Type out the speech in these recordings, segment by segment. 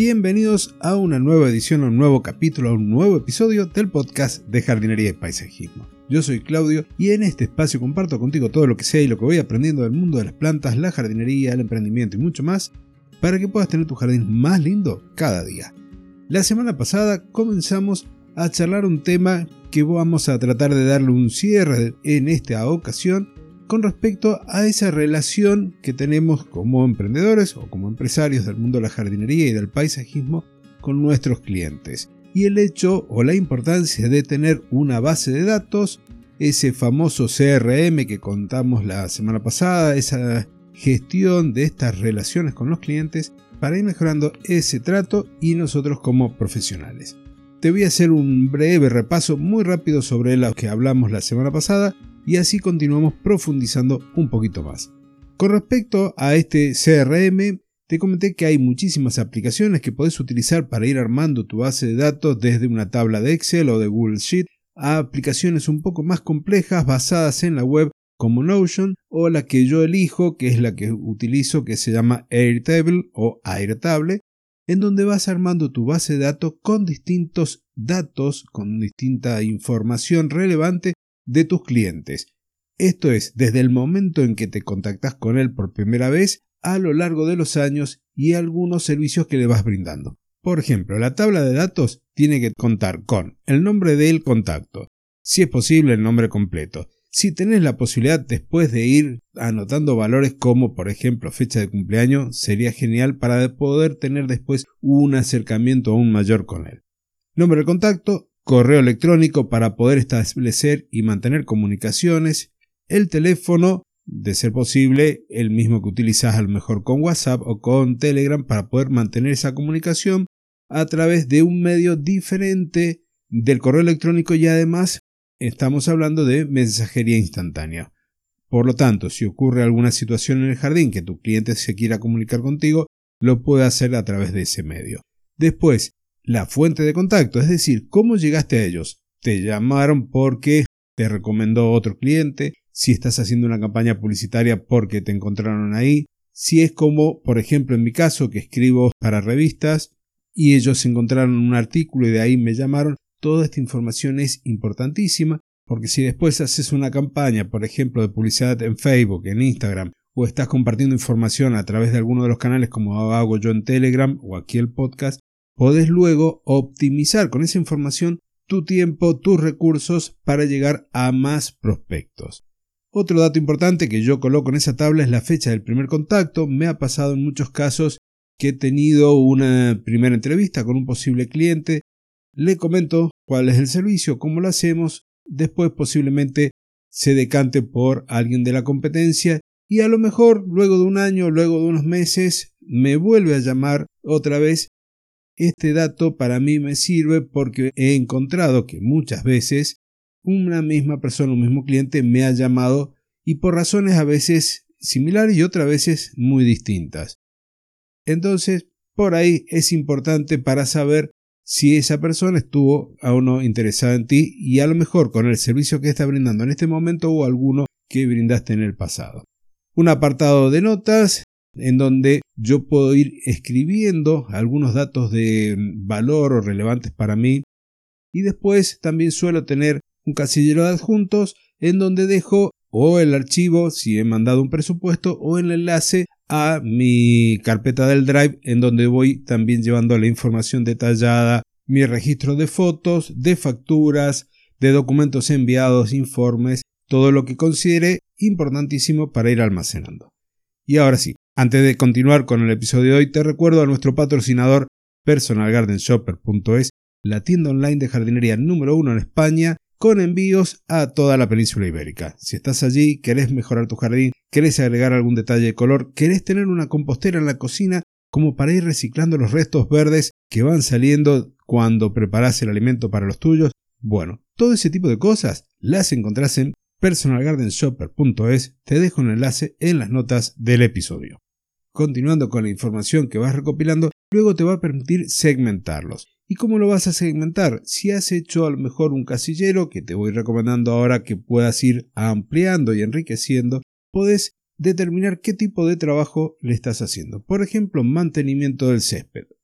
Bienvenidos a una nueva edición, a un nuevo capítulo, a un nuevo episodio del podcast de jardinería y paisajismo. Yo soy Claudio y en este espacio comparto contigo todo lo que sé y lo que voy aprendiendo del mundo de las plantas, la jardinería, el emprendimiento y mucho más para que puedas tener tu jardín más lindo cada día. La semana pasada comenzamos a charlar un tema que vamos a tratar de darle un cierre en esta ocasión con respecto a esa relación que tenemos como emprendedores o como empresarios del mundo de la jardinería y del paisajismo con nuestros clientes. Y el hecho o la importancia de tener una base de datos, ese famoso CRM que contamos la semana pasada, esa gestión de estas relaciones con los clientes para ir mejorando ese trato y nosotros como profesionales. Te voy a hacer un breve repaso muy rápido sobre lo que hablamos la semana pasada y así continuamos profundizando un poquito más. Con respecto a este CRM, te comenté que hay muchísimas aplicaciones que podés utilizar para ir armando tu base de datos desde una tabla de Excel o de Google Sheet a aplicaciones un poco más complejas basadas en la web como Notion o la que yo elijo, que es la que utilizo, que se llama Airtable o Airtable, en donde vas armando tu base de datos con distintos datos, con distinta información relevante de tus clientes. Esto es, desde el momento en que te contactas con él por primera vez, a lo largo de los años y algunos servicios que le vas brindando. Por ejemplo, la tabla de datos tiene que contar con el nombre del contacto, si es posible el nombre completo. Si tenés la posibilidad después de ir anotando valores como por ejemplo fecha de cumpleaños, sería genial para poder tener después un acercamiento aún mayor con él. Nombre del contacto, correo electrónico para poder establecer y mantener comunicaciones, el teléfono, de ser posible, el mismo que utilizas a lo mejor con WhatsApp o con Telegram para poder mantener esa comunicación a través de un medio diferente del correo electrónico y además estamos hablando de mensajería instantánea. Por lo tanto, si ocurre alguna situación en el jardín que tu cliente se quiera comunicar contigo, lo puede hacer a través de ese medio. Después, la fuente de contacto, es decir, cómo llegaste a ellos. Te llamaron porque te recomendó otro cliente, si estás haciendo una campaña publicitaria porque te encontraron ahí, si es como, por ejemplo, en mi caso, que escribo para revistas y ellos encontraron un artículo y de ahí me llamaron. Toda esta información es importantísima porque si después haces una campaña, por ejemplo, de publicidad en Facebook, en Instagram, o estás compartiendo información a través de alguno de los canales como hago yo en Telegram o aquí el podcast, podés luego optimizar con esa información tu tiempo, tus recursos para llegar a más prospectos. Otro dato importante que yo coloco en esa tabla es la fecha del primer contacto. Me ha pasado en muchos casos que he tenido una primera entrevista con un posible cliente. Le comento cuál es el servicio, cómo lo hacemos, después posiblemente se decante por alguien de la competencia y a lo mejor luego de un año, luego de unos meses, me vuelve a llamar otra vez. Este dato para mí me sirve porque he encontrado que muchas veces una misma persona, un mismo cliente me ha llamado y por razones a veces similares y otras veces muy distintas. Entonces, por ahí es importante para saber si esa persona estuvo o no interesada en ti y a lo mejor con el servicio que está brindando en este momento o alguno que brindaste en el pasado. Un apartado de notas en donde yo puedo ir escribiendo algunos datos de valor o relevantes para mí y después también suelo tener un casillero de adjuntos en donde dejo o el archivo si he mandado un presupuesto o el enlace a mi carpeta del Drive en donde voy también llevando la información detallada, mi registro de fotos, de facturas, de documentos enviados, informes, todo lo que considere importantísimo para ir almacenando. Y ahora sí, antes de continuar con el episodio de hoy, te recuerdo a nuestro patrocinador personalgardenshopper.es, la tienda online de jardinería número 1 en España, con envíos a toda la península ibérica. Si estás allí, querés mejorar tu jardín, querés agregar algún detalle de color, querés tener una compostera en la cocina como para ir reciclando los restos verdes que van saliendo cuando preparás el alimento para los tuyos, bueno, todo ese tipo de cosas las encontrás en personalgardenshopper.es. Te dejo un enlace en las notas del episodio. Continuando con la información que vas recopilando, luego te va a permitir segmentarlos. ¿Y cómo lo vas a segmentar? Si has hecho a lo mejor un casillero, que te voy recomendando ahora que puedas ir ampliando y enriqueciendo, podés determinar qué tipo de trabajo le estás haciendo. Por ejemplo, mantenimiento del césped.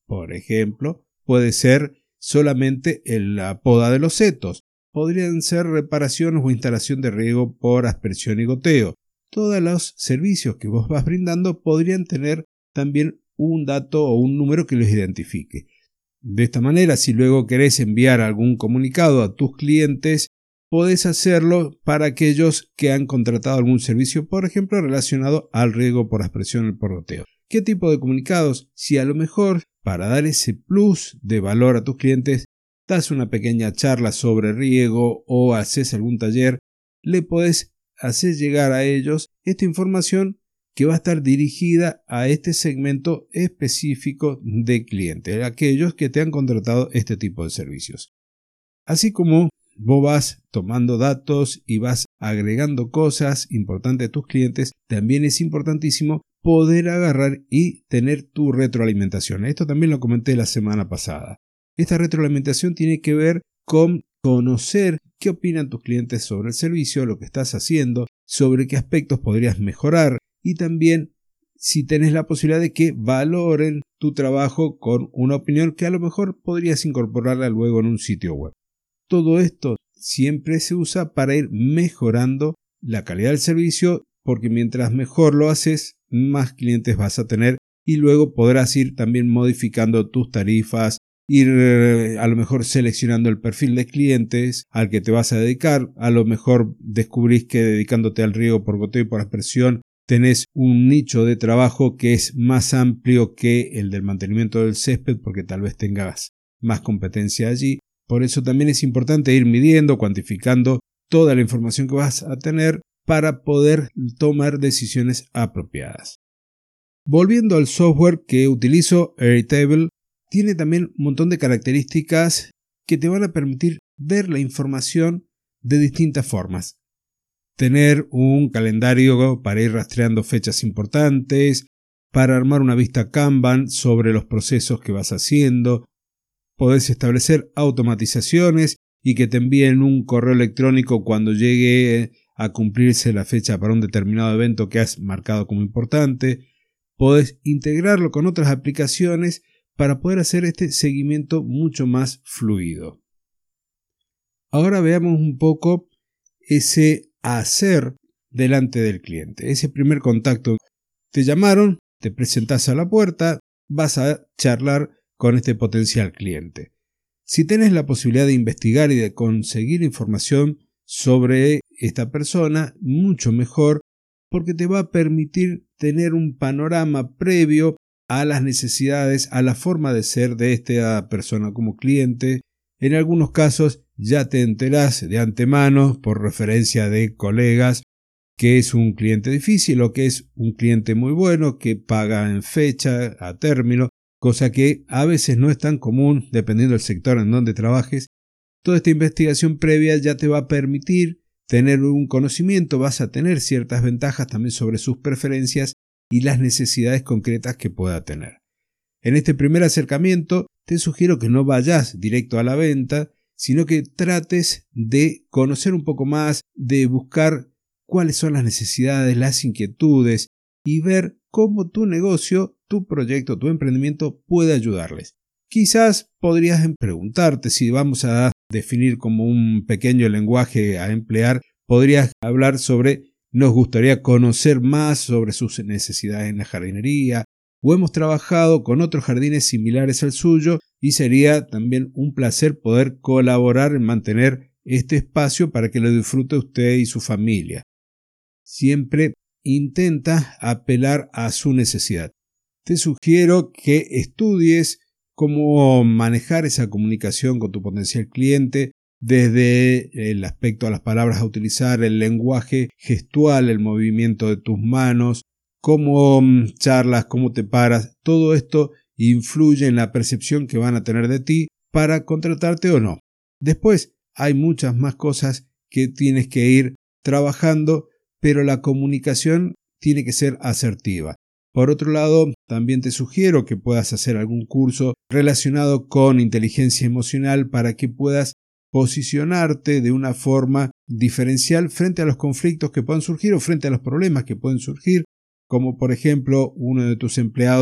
Por ejemplo, puede ser solamente la poda de los setos. Podrían ser reparaciones o instalación de riego por aspersión y goteo. Todos los servicios que vos vas brindando podrían tener también un dato o un número que los identifique. De esta manera, si luego querés enviar algún comunicado a tus clientes, podés hacerlo para aquellos que han contratado algún servicio, por ejemplo, relacionado al riego por aspersión o por goteo. ¿Qué tipo de comunicados? Si a lo mejor, para dar ese plus de valor a tus clientes, das una pequeña charla sobre riego o haces algún taller, le podés hacer llegar a ellos esta información que va a estar dirigida a este segmento específico de clientes, aquellos que te han contratado este tipo de servicios. Así como vos vas tomando datos y vas agregando cosas importantes a tus clientes, también es importantísimo poder agarrar y tener tu retroalimentación. Esto también lo comenté la semana pasada. Esta retroalimentación tiene que ver con conocer qué opinan tus clientes sobre el servicio, lo que estás haciendo, sobre qué aspectos podrías mejorar y también si tenés la posibilidad de que valoren tu trabajo con una opinión que a lo mejor podrías incorporarla luego en un sitio web. Todo esto siempre se usa para ir mejorando la calidad del servicio, porque mientras mejor lo haces, más clientes vas a tener y luego podrás ir también modificando tus tarifas, ir a lo mejor seleccionando el perfil de clientes al que te vas a dedicar. A lo mejor descubrís que dedicándote al riego por goteo y por aspersión tenés un nicho de trabajo que es más amplio que el del mantenimiento del césped, porque tal vez tengas más competencia allí. Por eso también es importante ir midiendo, cuantificando toda la información que vas a tener para poder tomar decisiones apropiadas. Volviendo al software que utilizo, Airtable tiene también un montón de características que te van a permitir ver la información de distintas formas. Tener un calendario para ir rastreando fechas importantes, para armar una vista Kanban sobre los procesos que vas haciendo. Podés establecer automatizaciones y que te envíen un correo electrónico cuando llegue a cumplirse la fecha para un determinado evento que has marcado como importante. Podés integrarlo con otras aplicaciones para poder hacer este seguimiento mucho más fluido. Ahora veamos un poco ese hacer delante del cliente, ese primer contacto. Te llamaron, te presentás a la puerta, vas a charlar con este potencial cliente. Si tenés la posibilidad de investigar y de conseguir información sobre esta persona, mucho mejor, porque te va a permitir tener un panorama previo a las necesidades, a la forma de ser de esta persona como cliente. En algunos casos ya te enterás de antemano, por referencia de colegas, que es un cliente difícil o que es un cliente muy bueno, que paga en fecha, a término, cosa que a veces no es tan común dependiendo del sector en donde trabajes. Toda esta investigación previa ya te va a permitir tener un conocimiento, vas a tener ciertas ventajas también sobre sus preferencias y las necesidades concretas que pueda tener. En este primer acercamiento te sugiero que no vayas directo a la venta, sino que trates de conocer un poco más, de buscar cuáles son las necesidades, las inquietudes y ver cómo tu negocio, tu proyecto, tu emprendimiento puede ayudarles. Quizás podrías preguntarte, si vamos a definir como un pequeño lenguaje a emplear, podrías hablar sobre: nos gustaría conocer más sobre sus necesidades en la jardinería, o hemos trabajado con otros jardines similares al suyo y sería también un placer poder colaborar en mantener este espacio para que lo disfrute usted y su familia. Siempre intenta apelar a su necesidad. Te sugiero que estudies cómo manejar esa comunicación con tu potencial cliente, desde el aspecto a las palabras a utilizar, el lenguaje gestual, el movimiento de tus manos, cómo charlas, cómo te paras. Todo esto influye en la percepción que van a tener de ti para contratarte o no. Después hay muchas más cosas que tienes que ir trabajando, pero la comunicación tiene que ser asertiva. Por otro lado, también te sugiero que puedas hacer algún curso relacionado con inteligencia emocional para que puedas posicionarte de una forma diferencial frente a los conflictos que puedan surgir o frente a los problemas que pueden surgir, como por ejemplo uno de tus empleados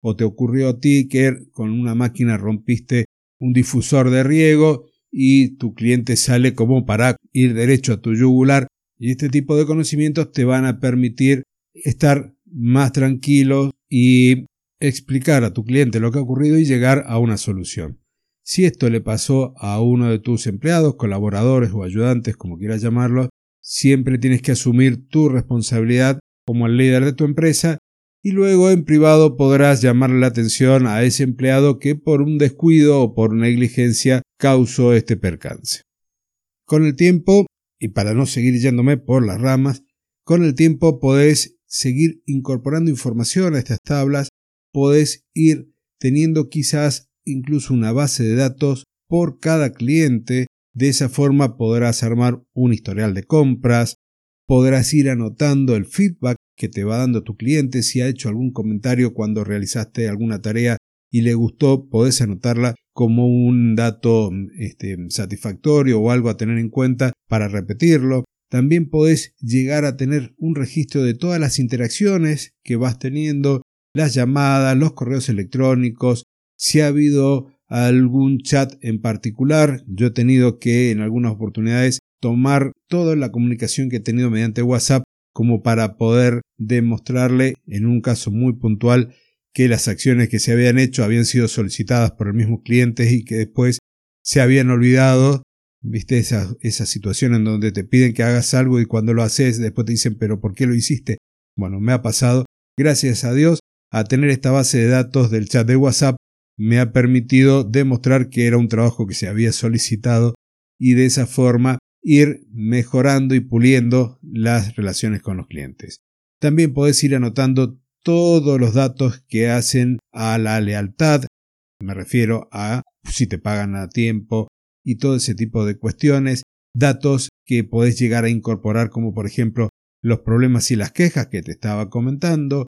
o te ocurrió a ti que con una máquina rompiste un difusor de riego y tu cliente sale como para ir derecho a tu yugular. Y este tipo de conocimientos te van a permitir estar más tranquilo y explicar a tu cliente lo que ha ocurrido y llegar a una solución. Si esto le pasó a uno de tus empleados, colaboradores o ayudantes, como quieras llamarlo, siempre tienes que asumir tu responsabilidad como el líder de tu empresa y luego en privado podrás llamarle la atención a ese empleado que por un descuido o por negligencia causó este percance. Con el tiempo, y para no seguir yéndome por las ramas, con el tiempo podés seguir incorporando información a estas tablas, podés ir teniendo quizás incluso una base de datos por cada cliente. De esa forma podrás armar un historial de compras, podrás ir anotando el feedback que te va dando tu cliente. Si ha hecho algún comentario cuando realizaste alguna tarea y le gustó, podés anotarla como un dato satisfactorio o algo a tener en cuenta para repetirlo. También podés llegar a tener un registro de todas las interacciones que vas teniendo, las llamadas, los correos electrónicos, si ha habido algún chat en particular. Yo he tenido que en algunas oportunidades tomar toda la comunicación que he tenido mediante WhatsApp como para poder demostrarle en un caso muy puntual que las acciones que se habían hecho habían sido solicitadas por el mismo cliente y que después se habían olvidado. ¿Viste esa situación en donde te piden que hagas algo y cuando lo haces después te dicen pero ¿por qué lo hiciste? Bueno, me ha pasado. Gracias a Dios, a tener esta base de datos del chat de WhatsApp me ha permitido demostrar que era un trabajo que se había solicitado y de esa forma ir mejorando y puliendo las relaciones con los clientes. También podés ir anotando todos los datos que hacen a la lealtad. Me refiero a si te pagan a tiempo y todo ese tipo de cuestiones. Datos que podés llegar a incorporar como por ejemplo los problemas y las quejas que te estaba comentando.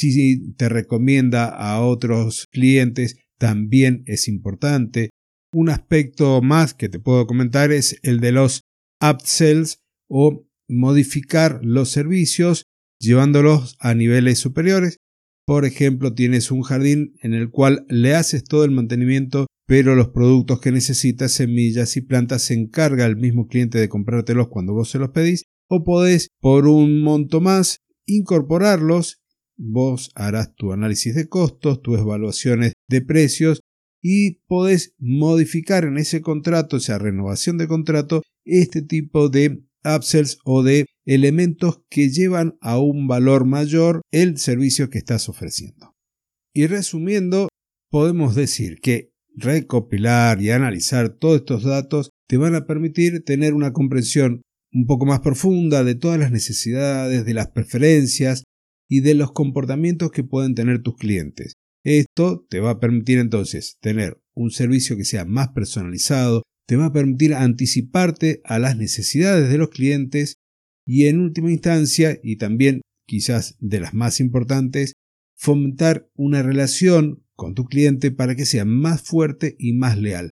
Si te recomienda a otros clientes también es importante. Un aspecto más que te puedo comentar es el de los upsells o modificar los servicios llevándolos a niveles superiores. Por ejemplo, tienes un jardín en el cual le haces todo el mantenimiento, pero los productos que necesitas, semillas y plantas, se encarga el mismo cliente de comprártelos cuando vos se los pedís, o podés por un monto más incorporarlos. Vos harás tu análisis de costos, tus evaluaciones de precios y podés modificar en ese contrato, esa renovación de contrato, este tipo de upsells o de elementos que llevan a un valor mayor el servicio que estás ofreciendo. Y resumiendo, podemos decir que recopilar y analizar todos estos datos te van a permitir tener una comprensión un poco más profunda de todas las necesidades, de las preferencias y de los comportamientos que pueden tener tus clientes. Esto te va a permitir entonces tener un servicio que sea más personalizado, te va a permitir anticiparte a las necesidades de los clientes y en última instancia, y también quizás de las más importantes, fomentar una relación con tu cliente para que sea más fuerte y más leal.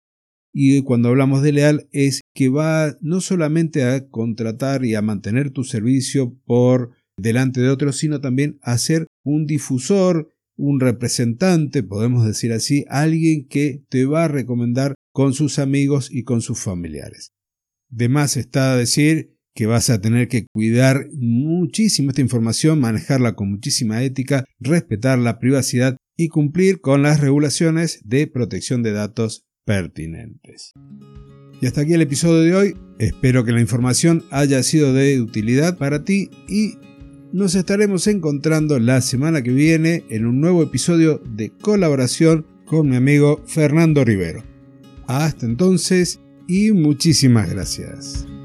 Y cuando hablamos de leal es que va no solamente a contratar y a mantener tu servicio por delante de otros, sino también a ser un difusor, un representante, podemos decir así, alguien que te va a recomendar con sus amigos y con sus familiares. De más está decir que vas a tener que cuidar muchísimo esta información, manejarla con muchísima ética, respetar la privacidad y cumplir con las regulaciones de protección de datos pertinentes. Y hasta aquí el episodio de hoy. Espero que la información haya sido de utilidad para ti y nos estaremos encontrando la semana que viene en un nuevo episodio de colaboración con mi amigo Fernando Rivero. Hasta entonces y muchísimas gracias.